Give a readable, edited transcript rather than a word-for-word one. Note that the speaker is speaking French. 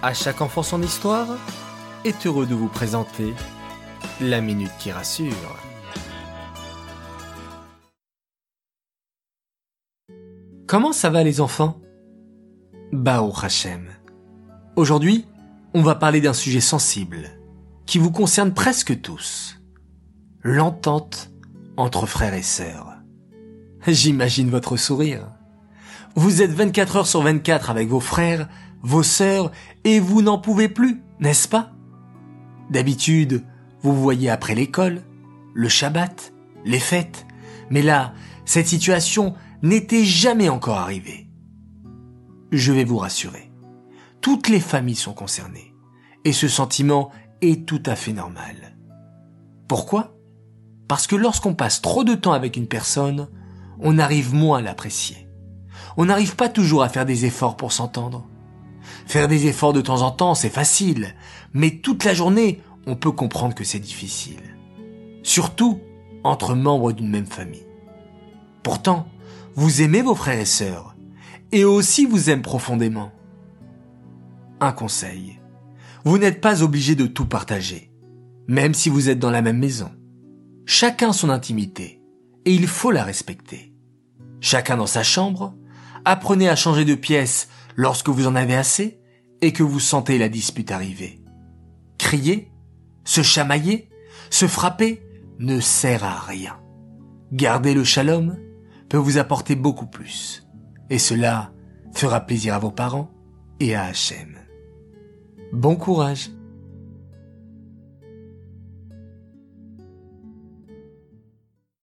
À chaque enfant son histoire est heureux de vous présenter la Minute qui rassure. Comment ça va les enfants? Baruch Hashem. Aujourd'hui, on va parler d'un sujet sensible qui vous concerne presque tous. L'entente entre frères et sœurs. J'imagine votre sourire. Vous êtes 24 heures sur 24 avec vos frères, vos sœurs, et vous n'en pouvez plus, n'est-ce pas? D'habitude, vous vous voyez après l'école, le Shabbat, les fêtes, mais là, cette situation n'était jamais encore arrivée. Je vais vous rassurer, toutes les familles sont concernées, et ce sentiment est tout à fait normal. Pourquoi? Parce que lorsqu'on passe trop de temps avec une personne, on arrive moins à l'apprécier. On n'arrive pas toujours à faire des efforts pour s'entendre. Faire des efforts de temps en temps, c'est facile, mais toute la journée, on peut comprendre que c'est difficile. Surtout entre membres d'une même famille. Pourtant, vous aimez vos frères et sœurs, et eux aussi vous aiment profondément. Un conseil, vous n'êtes pas obligé de tout partager, même si vous êtes dans la même maison. Chacun son intimité, et il faut la respecter. Chacun dans sa chambre, apprenez à changer de pièce lorsque vous en avez assez et que vous sentez la dispute arriver. Crier, se chamailler, se frapper ne sert à rien. Garder le shalom peut vous apporter beaucoup plus. Et cela fera plaisir à vos parents et à Hachem. Bon courage!